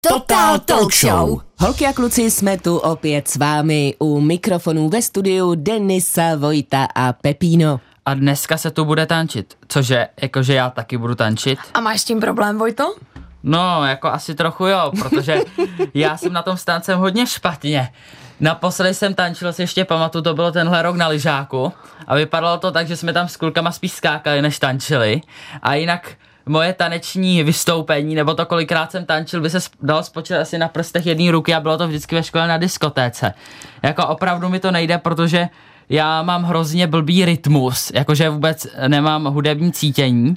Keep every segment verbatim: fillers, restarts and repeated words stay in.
Total Talk Show. Holky a kluci, jsme tu opět s vámi u mikrofonů ve studiu Denisa, Vojta a Pepíno. A dneska se tu bude tančit, cože, jakože já taky budu tančit. A máš s tím problém, Vojto? No, jako asi trochu jo, protože já jsem na tom s tancem hodně špatně. Naposledy jsem tančil, si ještě pamatuju, to bylo tenhle rok na lyžáku a vypadalo to tak, že jsme tam s klukama spíš skákali, než tančili. A jinak moje taneční vystoupení, nebo to kolikrát jsem tančil, by se dalo spočítat asi na prstech jedné ruky a bylo to vždycky ve škole na diskotéce. Jako opravdu mi to nejde, protože já mám hrozně blbý rytmus, jakože vůbec nemám hudební cítění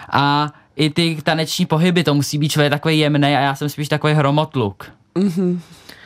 a i ty taneční pohyby, to musí být člověk takový jemnej a já jsem spíš takový hromotluk. Mhm.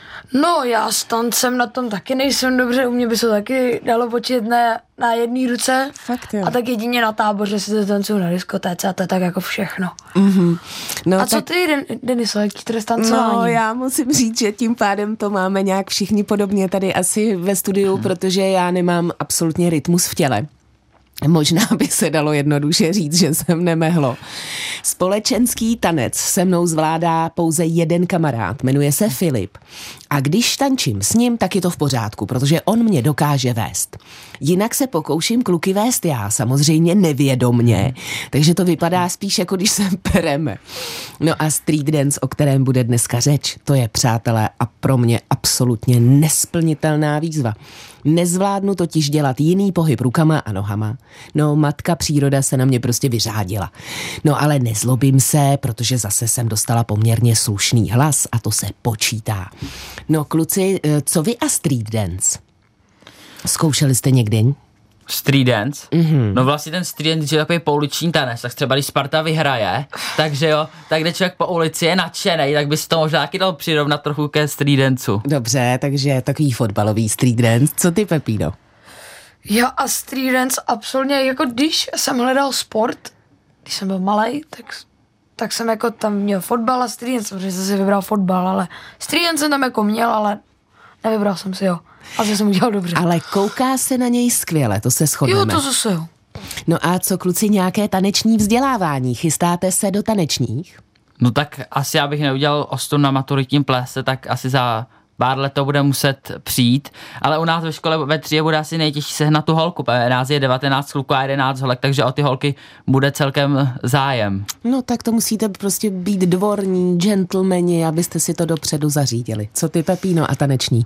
No, já s tancem na tom taky nejsem dobře, u mě by se taky dalo počít na, na jedné ruce. Fakt jo. A tak jedině na táboře si to tancuju na diskotéce a to je tak jako všechno. Mm-hmm. No, a tak... co ty, Den- Deniso, jaký to je s tancováním? No, já musím říct, že tím pádem to máme nějak všichni podobně tady asi ve studiu, hmm. protože já nemám absolutně rytmus v těle. Možná by se dalo jednoduše říct, že jsem nemehlo. Společenský tanec se mnou zvládá pouze jeden kamarád, jmenuje se Filip. A když tančím s ním, tak je to v pořádku, protože on mě dokáže vést. Jinak se pokouším kluky vést já, samozřejmě nevědomně, takže to vypadá spíš jako když se pereme. No a street dance, o kterém bude dneska řeč, to je, přátelé, a pro mě absolutně nesplnitelná výzva. Nezvládnu totiž dělat jiný pohyb rukama a nohama. No, matka příroda se na mě prostě vyřádila. No, ale nezlobím se, protože zase jsem dostala poměrně slušný hlas a to se počítá. No, kluci, co vy a street dance? Zkoušeli jste někdy? Street dance? Mm-hmm. No vlastně ten street dance je takový pouliční tanec, tak třeba když Sparta vyhraje, takže jo, tak kde člověk po ulici je nadšenej, tak by se to možná taky dal přirovnat trochu ke street danceu. Dobře, takže takový fotbalový street dance. Co ty, Pepíno? Já a street dance absolutně, jako když jsem hledal sport, když jsem byl malej, tak, tak jsem jako tam měl fotbal a street dance, protože jsem si vybral fotbal, ale street dance jsem tam jako měl, ale nevybral jsem si ho. Asi jsem udělal dobře. Ale kouká se na něj skvěle, to se shodneme. Jo, to zase jo. No a co, kluci, nějaké taneční vzdělávání? Chystáte se do tanečních? No tak asi abych neudělal ostu na maturitním plese, tak asi za pár let to bude muset přijít, ale u nás ve škole ve třídě bude asi nejtěžší sehnat tu holku, protože nás je devatenáct kluků a jedenáct holek, takže o ty holky bude celkem zájem. No tak to musíte prostě být dvorní, gentlemani, abyste si to dopředu zařídili. Co ty, Pepíno, a taneční?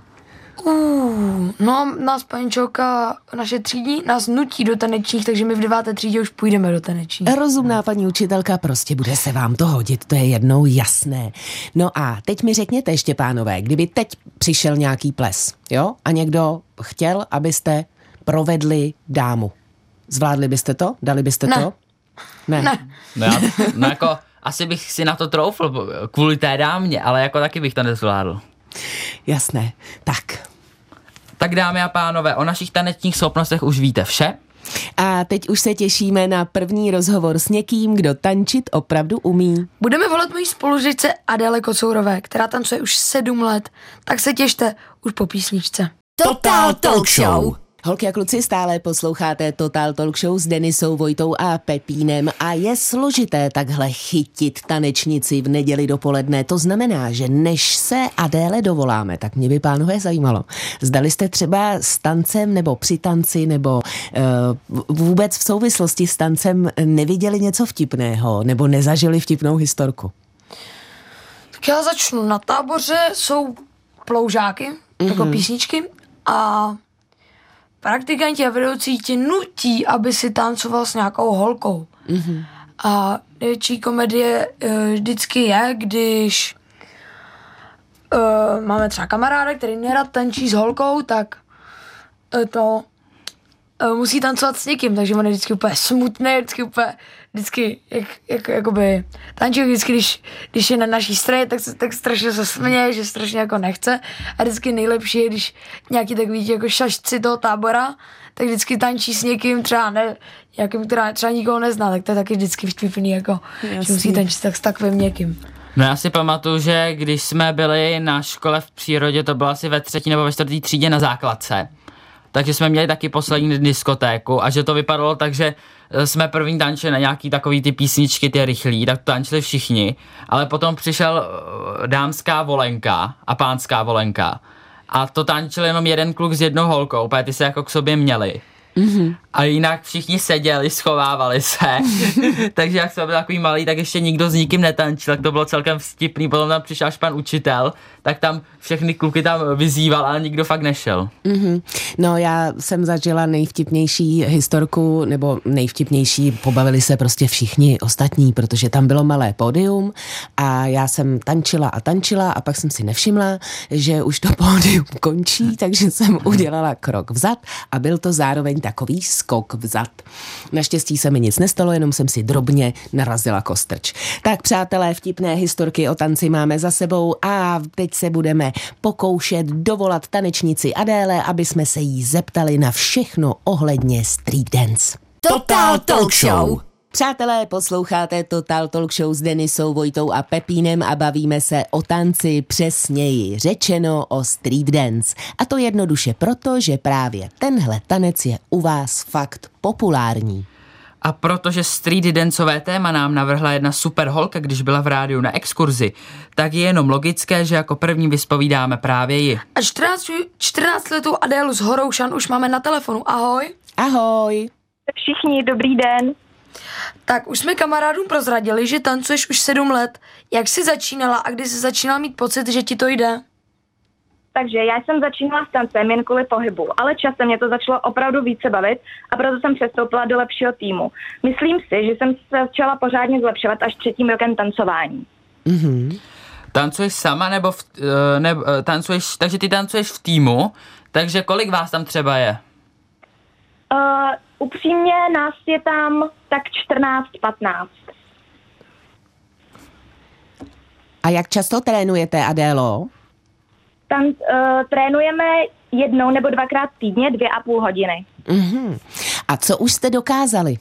Uh, no, nás paní Čelka, naše třídní, nás nutí do tanečních, takže my v deváté třídě už půjdeme do tanečních. Rozumná paní učitelka, prostě bude se vám to hodit, to je jednou jasné. No a teď mi řekněte, Štěpánové, kdyby teď přišel nějaký ples, jo, a někdo chtěl, abyste provedli dámu. Zvládli byste to? Dali byste ne. to? Ne. Ne. No, já, no jako, asi bych si na to troufl kvůli té dámě, ale jako taky bych to nezvládl. Jasné, tak. Tak dámy a pánové, o našich tanečních schopnostech už víte vše. A teď už se těšíme na první rozhovor s někým, kdo tančit opravdu umí. Budeme volat mojí spolužečce Adéle Kocourové, která tancuje už sedm let, tak se těšte už po písničce. Total Talk Show. Holky a kluci, stále posloucháte Total Talk Show s Denisou, Vojtou a Pepínem a je složité takhle chytit tanečnici v neděli dopoledne. To znamená, že než se Adéle dovoláme, tak mě by, pánové, zajímalo. Zdali jste třeba s tancem nebo při tanci nebo uh, vůbec v souvislosti s tancem neviděli něco vtipného nebo nezažili vtipnou historku? Tak já začnu. Na táboře jsou ploužáky, mm-hmm. jako písničky a praktikanti a vedoucí tě nutí, aby si tancoval s nějakou holkou. Mm-hmm. A největší komedie uh, vždycky je, když uh, máme třeba kamaráda, který nerad tančí s holkou, tak uh, to uh, musí tancovat s někým, takže on je vždycky úplně smutný, vždycky úplně, vždycky, jak, jak, jakoby, tančí vždycky, když, když je na naší straně, tak, se, tak strašně se směje, že strašně jako nechce a vždycky nejlepší je, když nějaký takový jako šašci toho tábora, tak vždycky tančí s někým, třeba ne, jakým, která třeba nikoho nezná, tak to je taky vždycky vtipný, jako, Jasný. že musí tančit tak s takovým někým. No já si pamatuju, že když jsme byli na škole v přírodě, to bylo asi ve třetí nebo ve čtvrtý třídě na základce, takže jsme měli taky poslední diskotéku a že to vypadalo tak, že jsme první tančili na nějaký takový ty písničky, ty rychlý, tak to tančili všichni, ale potom přišel dámská volenka a pánská volenka a to tančil jenom jeden kluk s jednou holkou, protože ty se jako k sobě měli. Mm-hmm. A jinak všichni seděli, schovávali se, takže jak jsme byli takový malý, tak ještě nikdo s nikým netančil, tak to bylo celkem vtipný, potom tam přišel až pan učitel, tak tam všechny kluky tam vyzýval, ale nikdo fakt nešel. Mm-hmm. No já jsem zažila nejvtipnější historku, nebo nejvtipnější, pobavili se prostě všichni ostatní, protože tam bylo malé pódium a já jsem tančila a tančila a pak jsem si nevšimla, že už to pódium končí, takže jsem udělala krok vzad a byl to zároveň takový skok vzad. Naštěstí se mi nic nestalo, jenom jsem si drobně narazila kostrč. Tak přátelé, vtipné historky o tanci máme za sebou a teď se budeme pokoušet dovolat tanečnici Adéle, aby jsme se jí zeptali na všechno ohledně street dance. Total Talk Show. Přátelé, posloucháte Total Talk Show s Denisou, Vojtou a Pepínem a bavíme se o tanci, přesněji řečeno o street dance. A to jednoduše proto, že právě tenhle tanec je u vás fakt populární. A protože street danceové téma nám navrhla jedna super holka, když byla v rádiu na exkurzi, tak je jenom logické, že jako první vyspovídáme právě ji. A čtrnáct letou Adélu z Horoušan už máme na telefonu. Ahoj. Ahoj. Všichni, dobrý den. Tak už jsme kamarádům prozradili, že tancuješ už sedm let. Jak jsi začínala a kdy jsi začínala mít pocit, že ti to jde? Takže já jsem začínala s tancem jen kvůli pohybu, ale časem mě to začalo opravdu více bavit a proto jsem přestoupila do lepšího týmu. Myslím si, že jsem se začala pořádně zlepšovat až třetím rokem tancování. Mm-hmm. Tancuješ sama nebo v, ne, tancuješ, takže ty tancuješ v týmu, takže kolik vás tam třeba je? Uh, upřímně nás je tam tak čtrnáct patnáct. A jak často trénujete, Adélo? Tam uh, trénujeme jednou nebo dvakrát týdně, dvě a půl hodiny. Mm-hmm. A co už jste dokázali?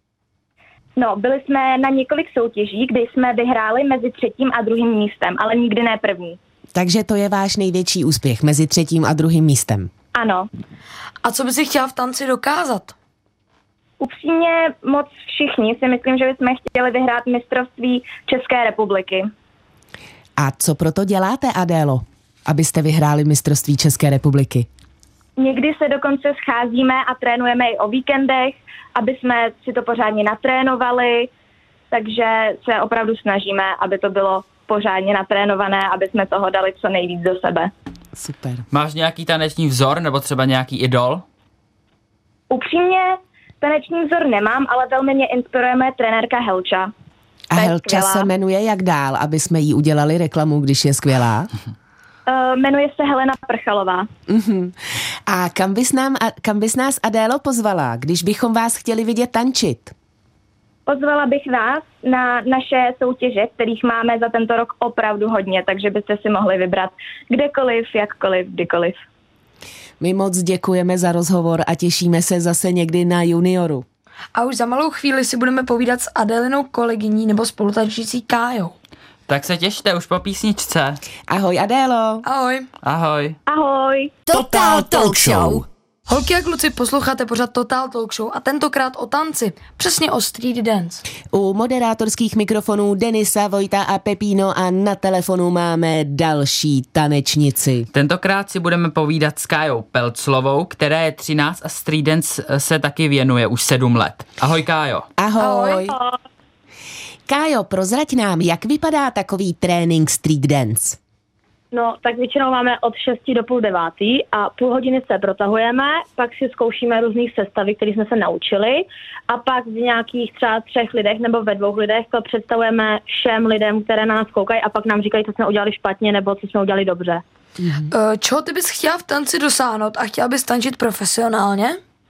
No, byli jsme na několik soutěží, kdy jsme vyhráli mezi třetím a druhým místem, ale nikdy ne první. Takže to je váš největší úspěch mezi třetím a druhým místem. Ano. A co by si chtěla v tanci dokázat? Upřímně moc všichni si myslím, že bychom chtěli vyhrát mistrovství České republiky. A co proto děláte, Adélo, abyste vyhráli mistrovství České republiky? Někdy se dokonce scházíme a trénujeme i o víkendech, aby jsme si to pořádně natrénovali, takže se opravdu snažíme, aby to bylo pořádně natrénované, aby jsme toho dali co nejvíc do sebe. Super. Máš nějaký taneční vzor nebo třeba nějaký idol? Upřímně taneční vzor nemám, ale velmi mě inspiruje moje trenérka Helča. A Helča se jmenuje jak dál, aby jsme jí udělali reklamu, když je skvělá? Uh, jmenuje se Helena Prchalová. Uh-huh. A kam bys, nám, a kam bys nás, Adélo, pozvala, když bychom vás chtěli vidět tančit? Pozvala bych vás na naše soutěže, kterých máme za tento rok opravdu hodně, takže byste si mohli vybrat kdekoliv, jakkoliv, kdykoliv. My moc děkujeme za rozhovor a těšíme se zase někdy na junioru. A už za malou chvíli si budeme povídat s Adélinou kolegyní nebo spolutančící Kájou. Tak se těšte už po písničce. Ahoj, Adélo. Ahoj. Ahoj. Ahoj. Total Talk Show. Holky a kluci, posloucháte pořád Total Talk Show a tentokrát o tanci, přesně o street dance. U moderátorských mikrofonů Denisa, Vojta a Pepíno a na telefonu máme další tanečnici. Tentokrát si budeme povídat s Kájou Pelclovou, která je třináct a street dance se taky věnuje už sedm let. Ahoj, Kájo. Ahoj. Ahoj. Kájo, prozrať nám, jak vypadá takový trénink street dance? No, tak většinou máme od šesti do půl devátý a půl hodiny se protahujeme, pak si zkoušíme různý sestavy, které jsme se naučili a pak v nějakých třeba třech lidech nebo ve dvou lidech to představujeme všem lidem, které na nás koukají a pak nám říkají, co jsme udělali špatně nebo co jsme udělali dobře. Mm-hmm. Čeho ty bys chtěla v tanci dosáhnout a chtěla bys tančit profesionálně?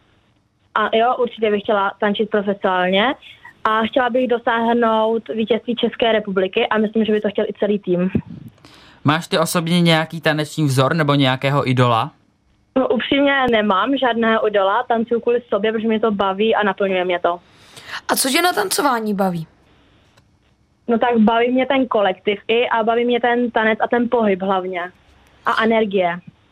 A jo, určitě bych chtěla tančit profesionálně a chtěla bych dosáhnout vítězství České republiky a myslím, že by to chtěl i celý tým. Máš ty osobně nějaký taneční vzor nebo nějakého idola? No, upřímně nemám žádného idola, tancuju kvůli sobě, protože mě to baví a naplňuje mě to. A co tě na tancování baví? No tak baví mě ten kolektiv i a baví mě ten tanec a ten pohyb hlavně. A energie.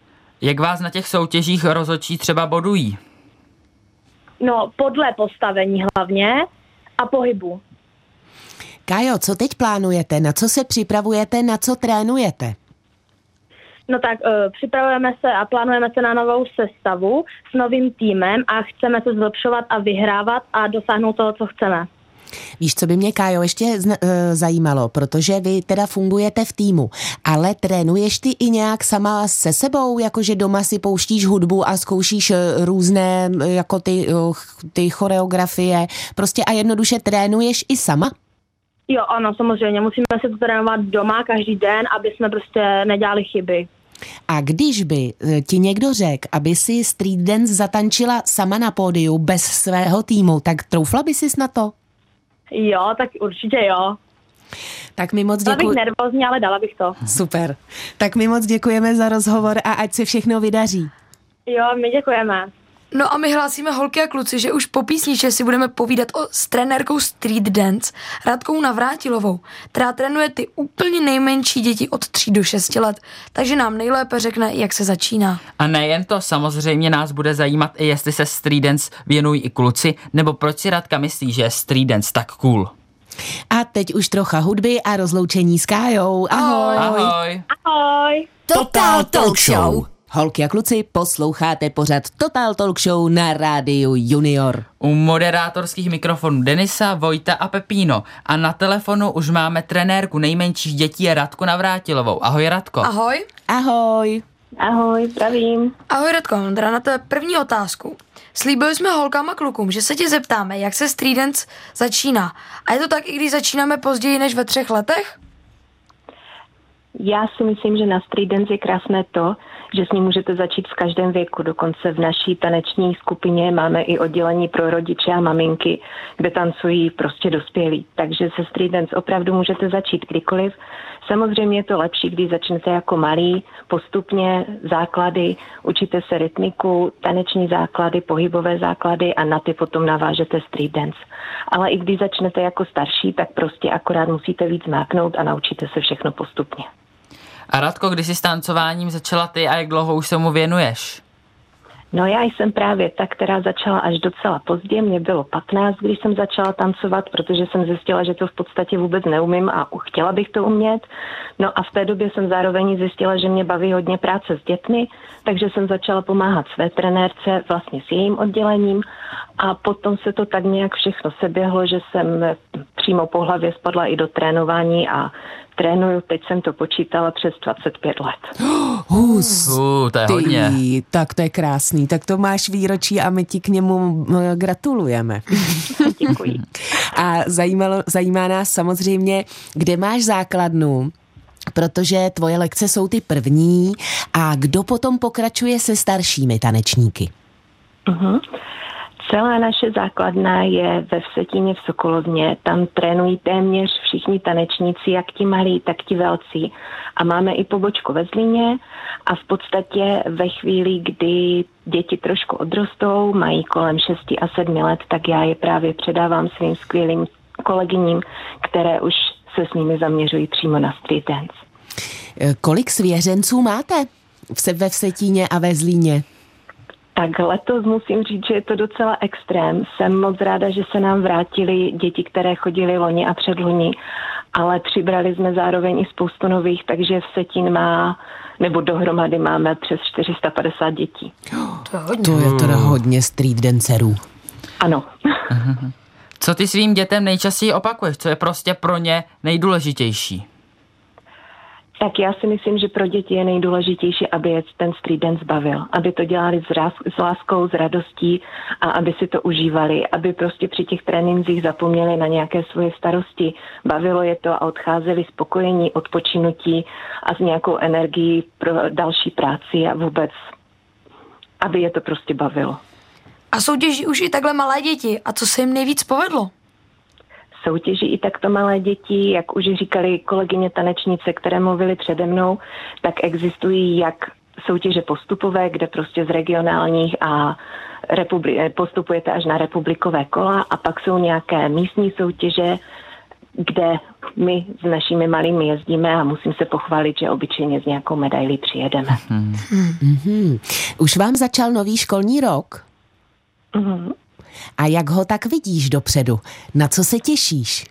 Jak vás na těch soutěžích rozhodčí třeba bodují? No, podle postavení hlavně a pohybu. Kájo, co teď plánujete? Na co se připravujete? Na co trénujete? No tak uh, připravujeme se a plánujeme se na novou sestavu s novým týmem a chceme se zlepšovat a vyhrávat a dosáhnout toho, co chceme. Víš, co by mě, Kájo, ještě zna- e, zajímalo, protože vy teda fungujete v týmu, ale trénuješ ty i nějak sama se sebou, jakože doma si pouštíš hudbu a zkoušíš e, různé e, jako ty, e, ty choreografie, prostě a jednoduše trénuješ i sama? Jo, ano, samozřejmě, musíme se to trénovat doma každý den, aby jsme prostě nedělali chyby. A když by ti někdo řekl, aby si street dance zatančila sama na pódiu bez svého týmu, tak troufla by sis na to? Jo, tak určitě jo. Tak mi moc děkuji. Byla bych nervózní, ale dala bych to. Super. Tak mi moc děkujeme za rozhovor a ať se všechno vydaří. Jo, my děkujeme. No a my hlásíme, holky a kluci, že už po písničce si budeme povídat o, s trenérkou street dance Radkou Navrátilovou, která trénuje ty úplně nejmenší děti od tří do šesti let, takže nám nejlépe řekne, jak se začíná. A nejen to, samozřejmě nás bude zajímat i jestli se street dance věnují i kluci, nebo proč si Radka myslí, že je street dance tak cool. A teď už trocha hudby a rozloučení s Kájou. Ahoj. Ahoj. Ahoj. Total Talk Show. Holky a kluci, posloucháte pořad Total Talk Show na rádiu Junior. U moderátorských mikrofonů Denisa, Vojta a Pepíno. A na telefonu už máme trenérku nejmenších dětí Radku Navrátilovou. Ahoj, Radko. Ahoj. Ahoj. Ahoj, zdravím. Ahoj, Radko, mám teda na tebe první otázku. Slíbili jsme holkám a klukům, že se tě zeptáme, jak se street dance začíná. A je to tak, i když začínáme později než ve třech letech? Já si myslím, že na street dance je krásné to, že s ním můžete začít v každém věku. Dokonce v naší taneční skupině máme i oddělení pro rodiče a maminky, kde tancují prostě dospělí. Takže se street dance opravdu můžete začít kdykoliv. Samozřejmě je to lepší, když začnete jako malí, postupně základy, učíte se rytmiku, taneční základy, pohybové základy a na ty potom navážete street dance. Ale i když začnete jako starší, tak prostě akorát musíte víc máknout a naučíte se všechno postupně. A Radko, kdy jsi s tancováním začala ty a jak dlouho už se mu věnuješ? No já jsem právě ta, která začala až docela pozdě, mě bylo patnáct, když jsem začala tancovat, protože jsem zjistila, že to v podstatě vůbec neumím a chtěla bych to umět. No a v té době jsem zároveň zjistila, že mě baví hodně práce s dětmi, takže jsem začala pomáhat své trenérce vlastně s jejím oddělením a potom se to tak nějak všechno seběhlo, že jsem přímo po hlavě spadla i do trénování a trénuju, teď jsem to počítala, přes dvacet pět let. Hus, Uh, to je ty, hodně. tak to je krásný. Tak to máš výročí a my ti k němu eh, gratulujeme. Děkuji. A zajímalo, zajímá nás samozřejmě, kde máš základnu, protože tvoje lekce jsou ty první a kdo potom pokračuje se staršími tanečníky? Uh-huh. Celá naše základna je ve Vsetíně v Sokolovně. Tam trénují téměř všichni tanečníci, jak ti malí, tak ti velcí. A máme i pobočku ve Zlíně a v podstatě ve chvíli, kdy děti trošku odrostou, mají kolem šesti a sedmi let, tak já je právě předávám svým skvělým kolegyním, které už se s nimi zaměřují přímo na street dance. Kolik svěřenců máte ve Vsetíně a ve Zlíně? Tak letos musím říct, že je to docela extrém. Jsem moc ráda, že se nám vrátili děti, které chodily loni a předloni, ale přibrali jsme zároveň i spoustu nových, takže Vsetín má, nebo dohromady máme přes čtyři sta padesát dětí. To je hodně. To je teda hodně street dancerů. Ano. Co ty svým dětem nejčastěji opakuješ? Co je prostě pro ně nejdůležitější? Tak já si myslím, že pro děti je nejdůležitější, aby je ten street dance bavil. Aby to dělali s, ráz, s láskou, s radostí a aby si to užívali. Aby prostě při těch trénincích zapomněli na nějaké svoje starosti. Bavilo je to a odcházeli spokojení, odpočinutí a s nějakou energií pro další práci a vůbec, aby je to prostě bavilo. A soutěží už i takhle malé děti. A co se jim nejvíc povedlo? Soutěží i takto malé děti, jak už říkali kolegyně tanečnice, které mluvily přede mnou, tak existují jak soutěže postupové, kde prostě z regionálních a republi- postupujete až na republikové kola a pak jsou nějaké místní soutěže, kde my s našimi malými jezdíme a musím se pochválit, že obyčejně s nějakou medailí přijedeme. Hmm. Hmm. Už vám začal nový školní rok? Hmm. A jak ho tak vidíš dopředu? Na co se těšíš?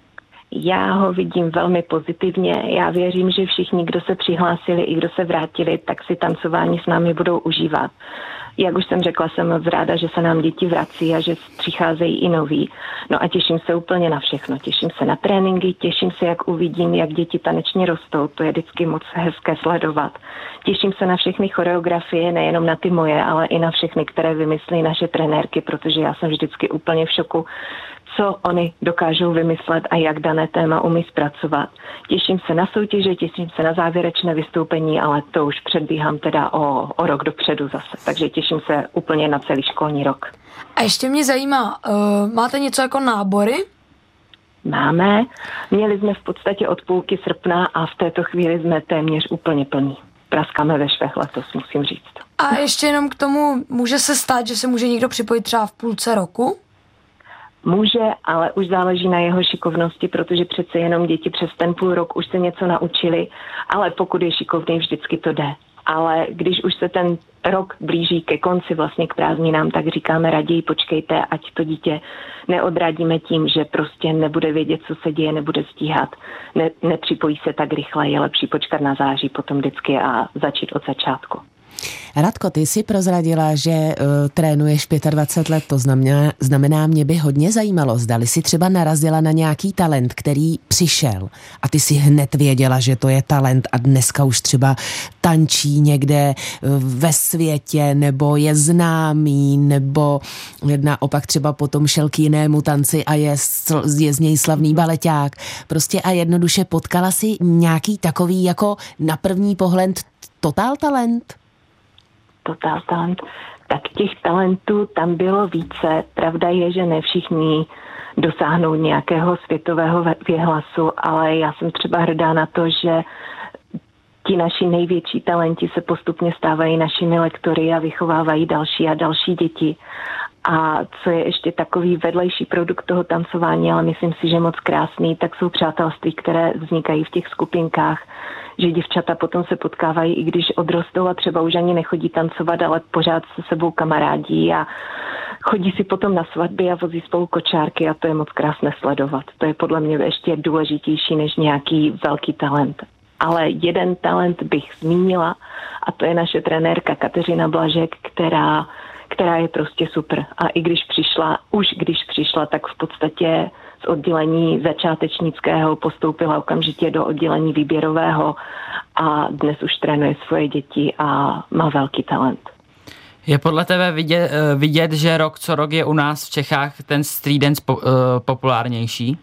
Já ho vidím velmi pozitivně. Já věřím, že všichni, kdo se přihlásili i kdo se vrátili, tak si tancování s námi budou užívat. Jak už jsem řekla, jsem moc ráda, že se nám děti vrací a že přicházejí i noví. No a těším se úplně na všechno. Těším se na tréninky, těším se, jak uvidím, jak děti tanečně rostou. To je vždycky moc hezké sledovat. Těším se na všechny choreografie, nejenom na ty moje, ale i na všechny, které vymyslí naše trenérky, protože já jsem vždycky úplně v šoku, co oni dokážou vymyslet a jak dané téma umí zpracovat. Těším se na soutěže, těším se na závěrečné vystoupení, ale to už předbíhám teda o, o rok dopředu zase. Takže těším se úplně na celý školní rok. A ještě mě zajímá, uh, máte něco jako nábory? Máme. Měli jsme v podstatě od půlky srpna a v této chvíli jsme téměř úplně plní. Praskáme ve švech letos, musím říct. A ještě jenom k tomu, může se stát, že se může někdo připojit třeba v půlce roku? Může, ale už záleží na jeho šikovnosti, protože přece jenom děti přes ten půl rok už se něco naučili, ale pokud je šikovný, vždycky to jde. Ale když už se ten rok blíží ke konci vlastně k prázdninám, tak říkáme raději počkejte, ať to dítě neodradíme tím, že prostě nebude vědět, co se děje, nebude stíhat, ne, nepřipojí se tak rychle, je lepší počkat na září potom vždycky a začít od začátku. Radko, ty jsi prozradila, že uh, trénuješ dvacet pět let, to znamená, znamená, mě by hodně zajímalo, zdali si třeba narazila na nějaký talent, který přišel a ty si hned věděla, že to je talent a dneska už třeba tančí někde ve světě, nebo je známý, nebo naopak třeba potom šel k jinému tanci a je, je z něj slavný baleťák. Prostě a jednoduše potkala si nějaký takový jako na první pohled totál talent? Totál talent. Tak těch talentů tam bylo více. Pravda je, že ne všichni dosáhnou nějakého světového věhlasu, ale já jsem třeba hrdá na to, že ti naši největší talenti se postupně stávají našimi lektory a vychovávají další a další děti. A co je ještě takový vedlejší produkt toho tancování, ale myslím si, že moc krásný, tak jsou přátelství, které vznikají v těch skupinkách, že děvčata potom se potkávají, i když odrostou a třeba už ani nechodí tancovat, ale pořád se sebou kamarádí a chodí si potom na svatby a vozí spolu kočárky a to je moc krásné sledovat. To je podle mě ještě důležitější než nějaký velký talent. Ale jeden talent bych zmínila a to je naše trenérka Kateřina Blažek, která která je prostě super. A i když přišla, už když přišla, tak v podstatě z oddělení začátečnického postoupila okamžitě do oddělení výběrového a dnes už trénuje svoje děti a má velký talent. Je podle tebe vidět, vidět, že rok co rok je u nás v Čechách ten street dance po, uh, populárnější?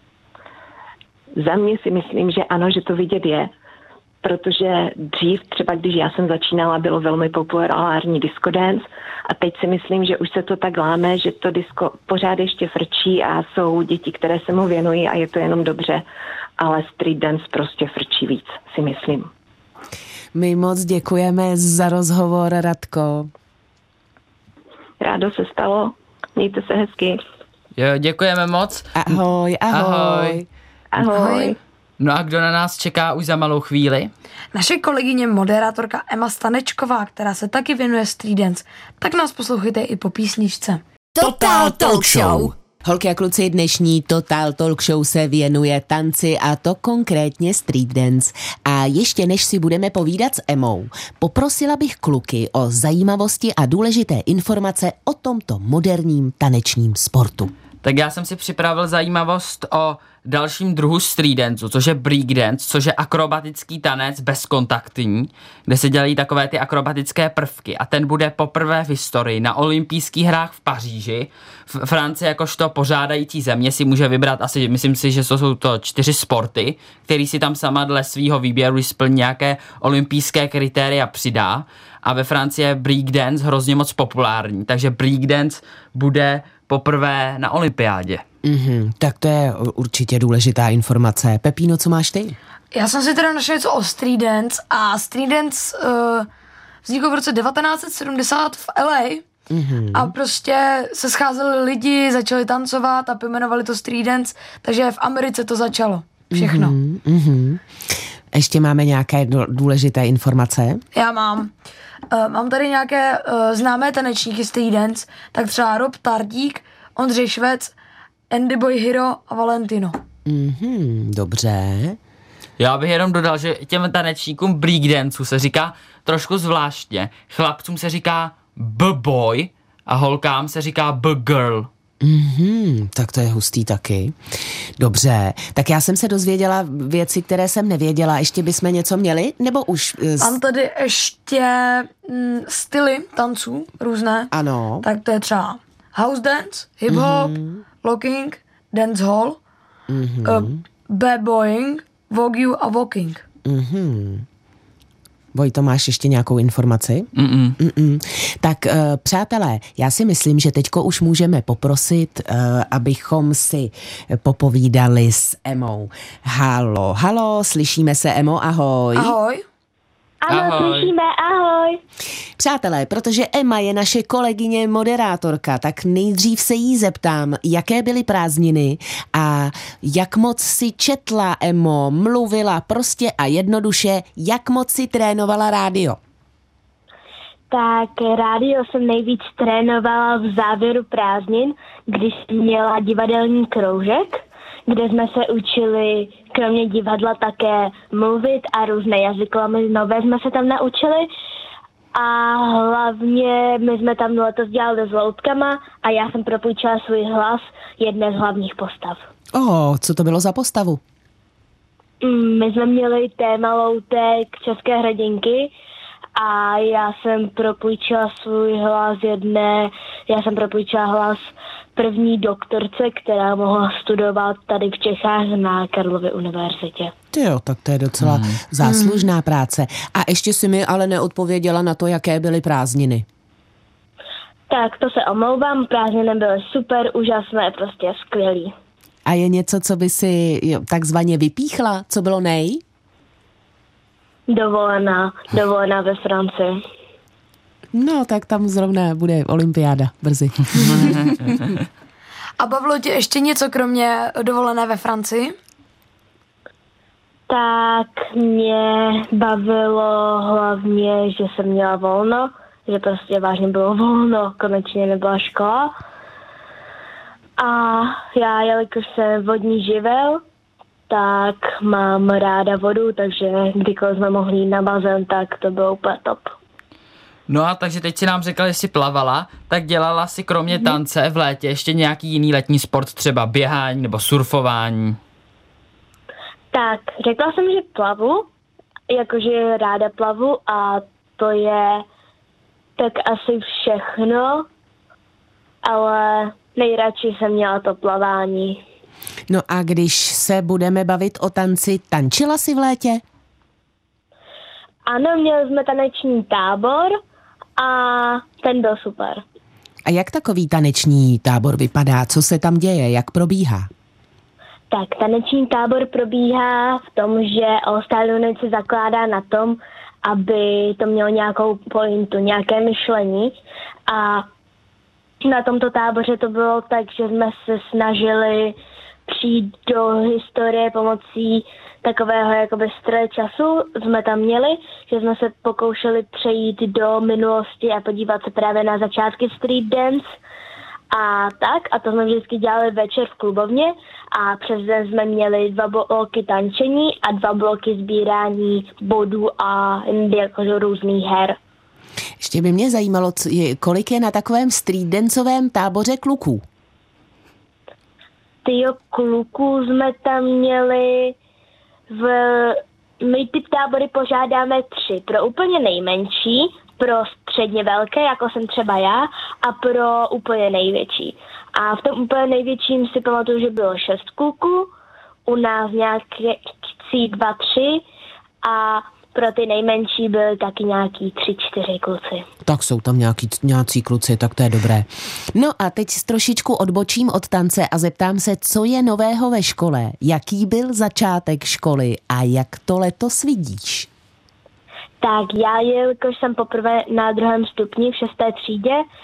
Za mě si myslím, že ano, že to vidět je, protože dřív, třeba když já jsem začínala, bylo velmi populární disco dance a teď si myslím, že už se to tak láme, že to disco pořád ještě frčí a jsou děti, které se mu věnují a je to jenom dobře, ale street dance prostě frčí víc, si myslím. My moc děkujeme za rozhovor, Radko. Rádo se stalo, mějte se hezky. Jo, děkujeme moc. Ahoj, ahoj. Ahoj. Ahoj. No a kdo na nás čeká už za malou chvíli? Naše kolegyně moderátorka Emma Stanečková, která se taky věnuje street dance, tak nás poslouchejte i po písničce. Total Talk Show. Holky a kluci, dnešní Total Talk Show se věnuje tanci a to konkrétně street dance. A ještě než si budeme povídat s Emou, poprosila bych kluky o zajímavosti a důležité informace o tomto moderním tanečním sportu. Tak já jsem si připravil zajímavost o dalším druhu street danceu, což je breakdance, což je akrobatický tanec bezkontaktní, kde se dělají takové ty akrobatické prvky a ten bude poprvé v historii na olympijských hrách v Paříži. V Francii jakožto pořádající země si může vybrat asi, myslím si, že to jsou to čtyři sporty, který si tam sama dle svýho výběru splní nějaké olympijské kritéria přidá a ve Francii je breakdance hrozně moc populární, takže breakdance bude poprvé na olympiádě. Mm-hmm, tak to je určitě důležitá informace. Pepíno, co máš ty? Já jsem si teda našel něco o street dance a street dance uh, vznikl v roce devatenáct set sedmdesát v L A Mm-hmm. A prostě se scházeli lidi, začali tancovat a pojmenovali to street dance, takže v Americe to začalo. Všechno. Mm-hmm. Mm-hmm. Ještě máme nějaké důležité informace? Já mám. Uh, mám tady nějaké uh, známé tanečníky street dance, tak třeba Rob Tardík, Ondřej Švec, Andy Boy Hero a Valentino. Mm-hmm, dobře. Já bych jenom dodal, že těm tanečníkům breakdancu se říká trošku zvláštně. Chlapcům se říká b-boy a holkám se říká b-girl. Mm-hmm, tak to je hustý taky. Dobře, tak já jsem se dozvěděla věci, které jsem nevěděla. Ještě bychom něco měli? Nebo už... Z... Mám tady ještě mm, styly tanců různé. Ano. Tak to je třeba house dance, hip-hop, mm-hmm. locking, dancehall, mm-hmm. uh, b-boying, vogue a walking. Mhm. Vojto, máš ještě nějakou informaci? Mm-mm. Mm-mm. Tak uh, přátelé, já si myslím, že teďko už můžeme poprosit, uh, abychom si popovídali s Emou. Halo, halo, slyšíme se, Emo, ahoj. Ahoj. Ano, Ahoj. slyšíme, ahoj. Přátelé, protože Emma je naše kolegyně moderátorka, tak nejdřív se jí zeptám, jaké byly prázdniny a jak moc si četla, Emo, mluvila prostě a jednoduše, jak moc si trénovala rádio. Tak rádio jsem nejvíc trénovala v závěru prázdnin, když jsem měla divadelní kroužek, kde jsme se učili kromě divadla také mluvit a různé jazykově nové jsme se tam naučili. A hlavně my jsme tam letos dělali s loutkama a já jsem propůjčila svůj hlas jedné z hlavních postav. Oh, co to bylo za postavu? Mm, my jsme měli téma loutek české hrdinky a já jsem propůjčila svůj hlas jedné, já jsem propůjčila hlas první doktorce, která mohla studovat tady v Čechách na Karlově univerzitě. Jo, tak to je docela hmm. záslužná práce. A ještě si mi ale neodpověděla na to, jaké byly prázdniny. Tak to se omlouvám, prázdniny byly super, úžasné, prostě skvělý. A je něco, co by si jo, takzvaně vypíchla? Co bylo nej? Dovolená, dovolená ve Francii. No, tak tam zrovna bude olympiáda brzy. A bavilo tě ještě něco kromě dovolené ve Francii? Tak mě bavilo hlavně, že jsem měla volno, že prostě vážně bylo volno, konečně nebyla škola. A já, jelikož jsem vodní živel, tak mám ráda vodu, takže kdykoliv jsme mohli jít na bazén, tak to bylo úplně top. No a takže teď si nám řekla, že jsi plavala, tak dělala si kromě tance v létě ještě nějaký jiný letní sport, třeba běhání nebo surfování? Tak, řekla jsem, že plavu, jakože ráda plavu a to je tak asi všechno, ale nejradši jsem měla to plavání. No a když se budeme bavit o tanci, tančila jsi v létě? Ano, měli jsme taneční tábor a ten byl super. A jak takový taneční tábor vypadá? Co se tam děje? Jak probíhá? Tak, taneční tábor probíhá v tom, že All Star Unit se zakládá na tom, aby to mělo nějakou pointu, nějaké myšlení. A na tomto táboře to bylo tak, že jsme se snažili přijít do historie pomocí takového jakoby stroje času. Jsme tam měli, že jsme se pokoušeli přejít do minulosti a podívat se právě na začátky street dance a tak. A to jsme vždycky dělali večer v klubovně a přes den jsme měli dva bloky tančení a dva bloky sbírání bodů a jakože různých her. Ještě by mě zajímalo, kolik je na takovém street danceovém táboře kluků? Tyjo, kluků jsme tam měli v... My ty tábory pořádáme tři. Pro úplně nejmenší, pro středně velké, jako jsem třeba já, a pro úplně největší. A v tom úplně největším si pamatuju, že bylo šest kluků, u nás nějaký dva, tři a pro ty nejmenší byly taky nějaký tři, čtyři kluci. Tak jsou tam nějaký, nějací kluci, tak to je dobré. No a teď trošičku odbočím od tance a zeptám se, co je nového ve škole? Jaký byl začátek školy a jak to letos vidíš? Tak já, jelikož jsem poprvé na druhém stupni v šesté třídě,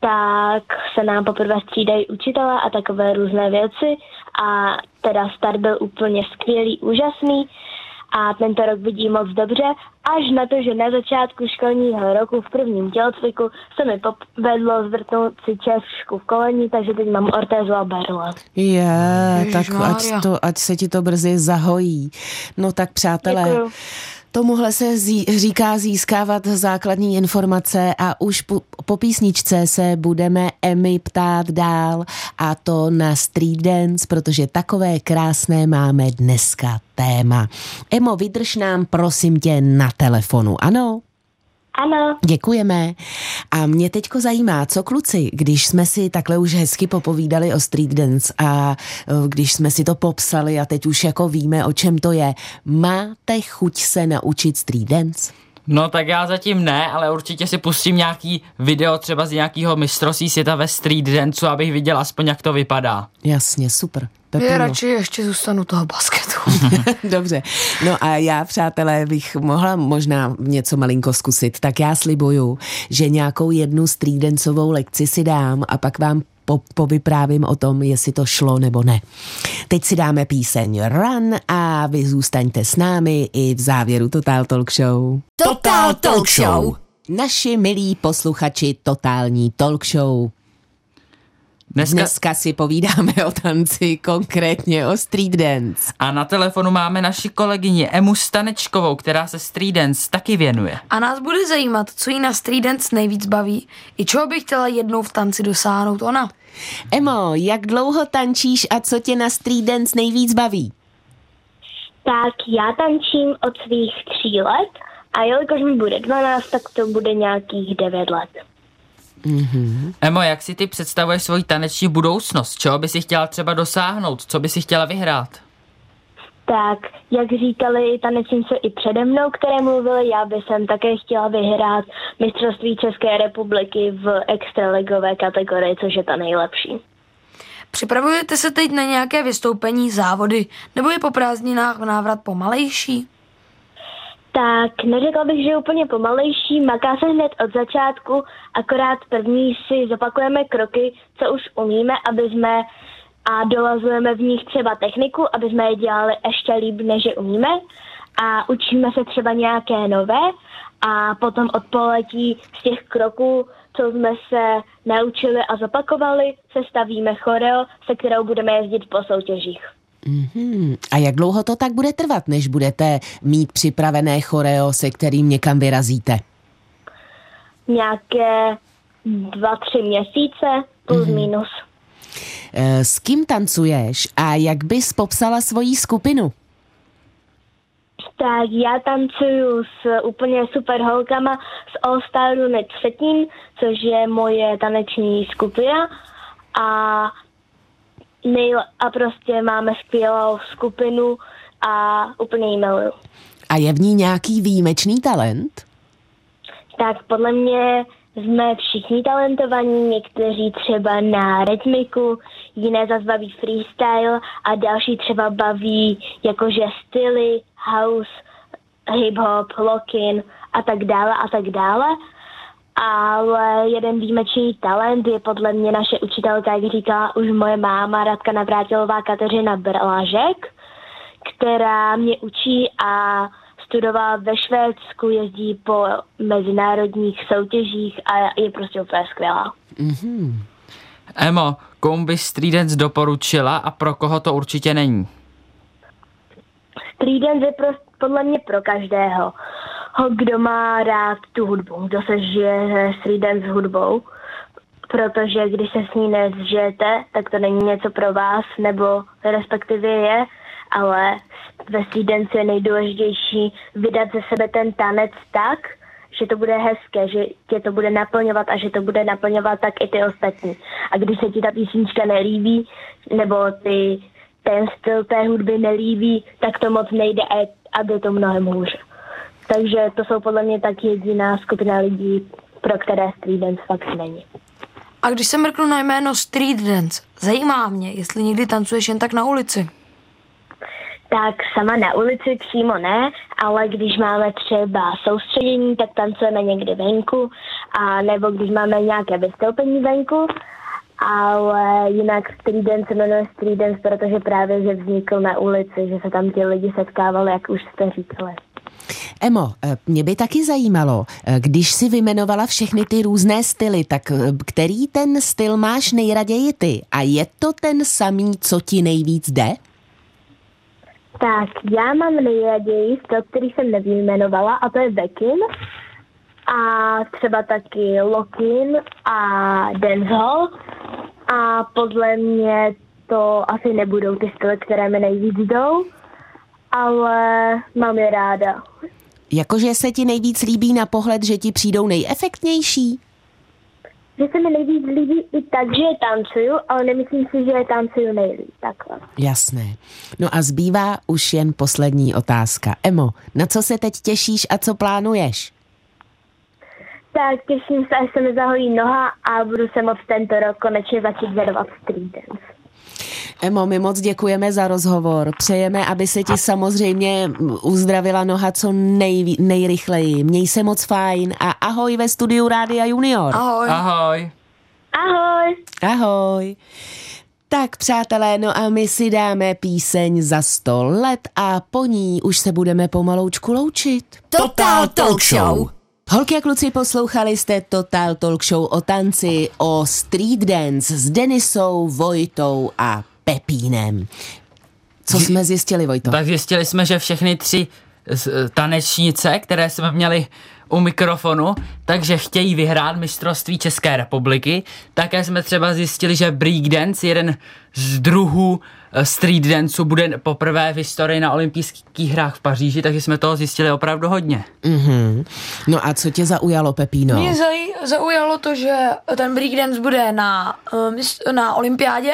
tak se nám poprvé střídají učitelé a takové různé věci a teda start byl úplně skvělý, úžasný a tento rok vidím moc dobře, až na to, že na začátku školního roku v prvním tělocviku se mi povedlo zvrtnout si češku v koleni, takže teď mám ortézu a berle. Je, tak ať, to, ať se ti to brzy zahojí. No tak přátelé, děkuju. Tomuhle se zí, říká získávat základní informace a už po, po písničce se budeme Emy ptát dál a to na street dance, protože takové krásné máme dneska téma. Emo, vydrž nám prosím tě na telefonu, ano? Ano. Děkujeme. A mě teďko zajímá, co kluci, když jsme si takhle už hezky popovídali o street dance a když jsme si to popsali a teď už jako víme, o čem to je, máte chuť se naučit street dance? No tak já zatím ne, ale určitě si pustím nějaký video třeba z nějakého mistrovství světa ve street danceu, abych viděl aspoň, jak to vypadá. Jasně, super. Já radši ještě zůstanu toho basketu. Dobře. No a já, přátelé, bych mohla možná něco malinko zkusit, tak já slibuju, že nějakou jednu street danceovou lekci si dám a pak vám po, povyprávím o tom, jestli to šlo nebo ne. Teď si dáme píseň Run a vy zůstaňte s námi i v závěru Total Talk Show. Total Talk Show. Naši milí posluchači Totální Talk Show. Dneska... Dneska si povídáme o tanci, konkrétně o street dance. A na telefonu máme naši kolegyni Emu Stanečkovou, která se street dance taky věnuje. A nás bude zajímat, co jí na street dance nejvíc baví i čeho by chtěla jednou v tanci dosáhnout ona. Emo, jak dlouho tančíš a co tě na street dance nejvíc baví? Tak já tančím od svých tří let a jelikož mi bude dvanáct, tak to bude nějakých devět let. Mm-hmm. Emo, jak si ty představuješ svoji taneční budoucnost? Čeho by si chtěla třeba dosáhnout? Co by si chtěla vyhrát? Tak, jak říkali tanečníci i přede mnou, které mluvili, já bych jsem také chtěla vyhrát mistrovství České republiky v extraligové kategorii, což je ta nejlepší. Připravujete se teď na nějaké vystoupení, závody, nebo je po prázdninách návrat pomalejší? Tak neřekla bych, že je úplně pomalejší, maká se hned od začátku, akorát první si zopakujeme kroky, co už umíme, aby jsme a dolazujeme v nich třeba techniku, aby jsme je dělali ještě líp, než je umíme a učíme se třeba nějaké nové a potom odpoletí z těch kroků, co jsme se naučili a zopakovali, sestavíme choreo, se kterou budeme jezdit po soutěžích. Mm-hmm. A jak dlouho to tak bude trvat, než budete mít připravené choreo, se kterým někam vyrazíte? Nějaké dva, tři měsíce, plus mm-hmm. minus. E, s kým tancuješ a jak bys popsala svoji skupinu? Tak já tancuju s úplně super holkama z All Star Unit Vsetín, což je moje taneční skupina a nejle- a prostě máme skvělou skupinu a úplně ji miluju. A je v ní nějaký výjimečný talent? Tak podle mě jsme všichni talentovaní, někteří třeba na rytmiku, jiné zase baví freestyle a další třeba baví jakože styly, house, hip-hop, lock-in a tak dále a tak dále. Ale jeden výjimečný talent je podle mě naše učitelka, jak říkala už moje máma Radka Navrátilová Kateřina Brlážek, která mě učí a studovala ve Švédsku, jezdí po mezinárodních soutěžích a je prostě úplně skvělá. Mm-hmm. Emo, komu by street dance doporučila a pro koho to určitě není? Street dance je pro, podle mě pro každého. Kdo má rád tu hudbu, kdo se žije street dance s hudbou, protože když se s ní nezžijete, tak to není něco pro vás, nebo respektive je, ale ve street dance je nejdůležitější vydat ze sebe ten tanec tak, že to bude hezké, že tě to bude naplňovat a že to bude naplňovat tak i ty ostatní. A když se ti ta písnička nelíbí, nebo ty, ten styl té hudby nelíbí, tak to moc nejde a je, a je to mnohem hůř. Takže to jsou podle mě tak jediná skupina lidí, pro které street dance fakt není. A když se mrknu na jméno street dance, zajímá mě, jestli někdy tancuješ jen tak na ulici. Tak sama na ulici přímo ne, ale když máme třeba soustředění, tak tancujeme někdy venku, a nebo když máme nějaké vystoupení venku, ale jinak street dance se jmenuje street dance, protože právě, že vznikl na ulici, že se tam ti lidi setkávali, jak už jste říkali. Emo, mě by taky zajímalo, když si vyjmenovala všechny ty různé styly, tak který ten styl máš nejraději ty? A je to ten samý, co ti nejvíc jde? Tak, já mám nejraději styl, který jsem nevyjmenovala, a to je backing. A třeba taky locking a dancehall. A podle mě to asi nebudou ty styly, které mi nejvíc jdou, ale mám je ráda. Jakože se ti nejvíc líbí na pohled, že ti přijdou nejefektnější? Že se mi nejvíc líbí i tak, že je tancuju, ale nemyslím si, že je tancuju nejlíp. Takhle. Jasné. No a zbývá už jen poslední otázka. Emo, na co se teď těšíš a co plánuješ? Tak těším se, až se mi zahojí noha a budu se moc tento rok konečně začít věnovat street dance. Emo, my moc děkujeme za rozhovor. Přejeme, aby se ti samozřejmě uzdravila noha co nej, nejrychleji. Měj se moc fajn a ahoj ve studiu Rádia Junior. Ahoj. Ahoj. Ahoj. Ahoj. Tak přátelé, no a my si dáme píseň za sto let a po ní už se budeme pomaloučku loučit. Total Talk Show. Holky a kluci, poslouchali jste Total Talk Show o tanci, o street dance s Denisou, Vojtou a Pepínem. Co jsme zjistili, Vojto? Tak zjistili jsme, že všechny tři tanečnice, které jsme měli u mikrofonu, takže chtějí vyhrát mistrovství České republiky. Také jsme třeba zjistili, že breakdance, jeden z druhů street danceu, bude poprvé v historii na olympijských hrách v Paříži, takže jsme toho zjistili opravdu hodně. Mm-hmm. No a co tě zaujalo, Pepíno? Mě zaj- zaujalo to, že ten breakdance bude na, uh, na olympiádě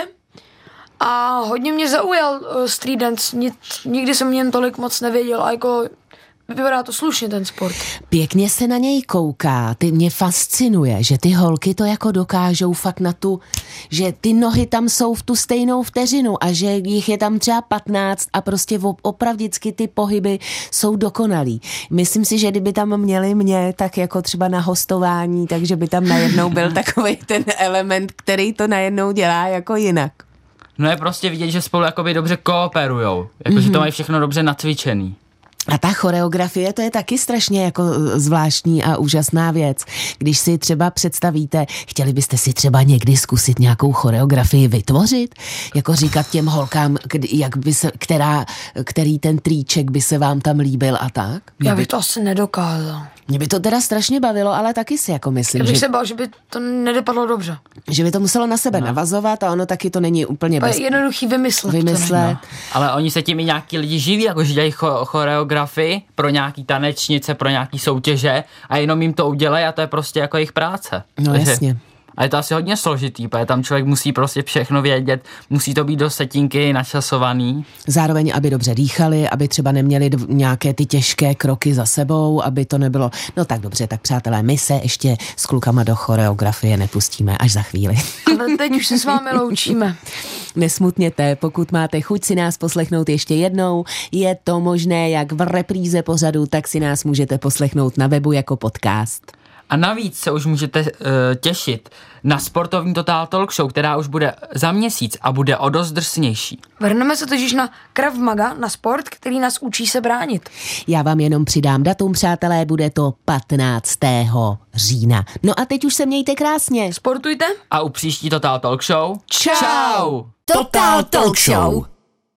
a hodně mě zaujal uh, street dance. Nic, nikdy jsem něm tolik moc nevěděl a jako vypadá to slušně ten sport. Pěkně se na něj kouká, ty mě fascinuje, že ty holky to jako dokážou fakt na tu, že ty nohy tam jsou v tu stejnou vteřinu a že jich je tam třeba patnáct a prostě opravdicky ty pohyby jsou dokonalý. Myslím si, že kdyby tam měli mě tak jako třeba na hostování, takže by tam najednou byl takovej ten element, který to najednou dělá jako jinak. No je prostě vidět, že spolu jakoby dobře kooperujou, jakože mm-hmm. to mají všechno dobře nacvičený. A ta choreografie, to je taky strašně jako zvláštní a úžasná věc. Když si třeba představíte, chtěli byste si třeba někdy zkusit nějakou choreografii vytvořit? Jako říkat těm holkám, jak by se, která, který ten trýček by se vám tam líbil a tak? Já bych to asi nedokázal. Mě by to teda strašně bavilo, ale taky si jako myslím, Já bych že, se bál, že by to nedopadlo dobře. že by to muselo na sebe no. navazovat a ono taky to není úplně bez... bez... jednoduchý vymyslet. vymyslet. No. Ale oni se tím i nějaký lidi živí, jakože dělají cho- choreografii pro nějaký tanečnice, pro nějaký soutěže a jenom jim to udělají a to je prostě jako jejich práce. No Takže... jasně. A je to asi hodně složitý, protože tam člověk musí prostě všechno vědět, musí to být do setinky načasovaný. Zároveň, aby dobře dýchali, aby třeba neměli dv- nějaké ty těžké kroky za sebou, aby to nebylo... No tak dobře, tak přátelé, my se ještě s klukama do choreografie nepustíme až za chvíli. Ale teď už se s vámi loučíme. Nesmutněte, pokud máte chuť si nás poslechnout ještě jednou, je to možné jak v repríze pořadu, tak si nás můžete poslechnout na webu jako podcast. A navíc se už můžete uh, těšit na sportovní Total Talk Show, která už bude za měsíc a bude o dost drsnější. Vrhneme se totiž na Krav Maga, na sport, který nás učí se bránit. Já vám jenom přidám datum, přátelé, bude to patnáctého října. No a teď už se mějte krásně. Sportujte. A u příští Total Talk Show... Čau! Total Talk Show.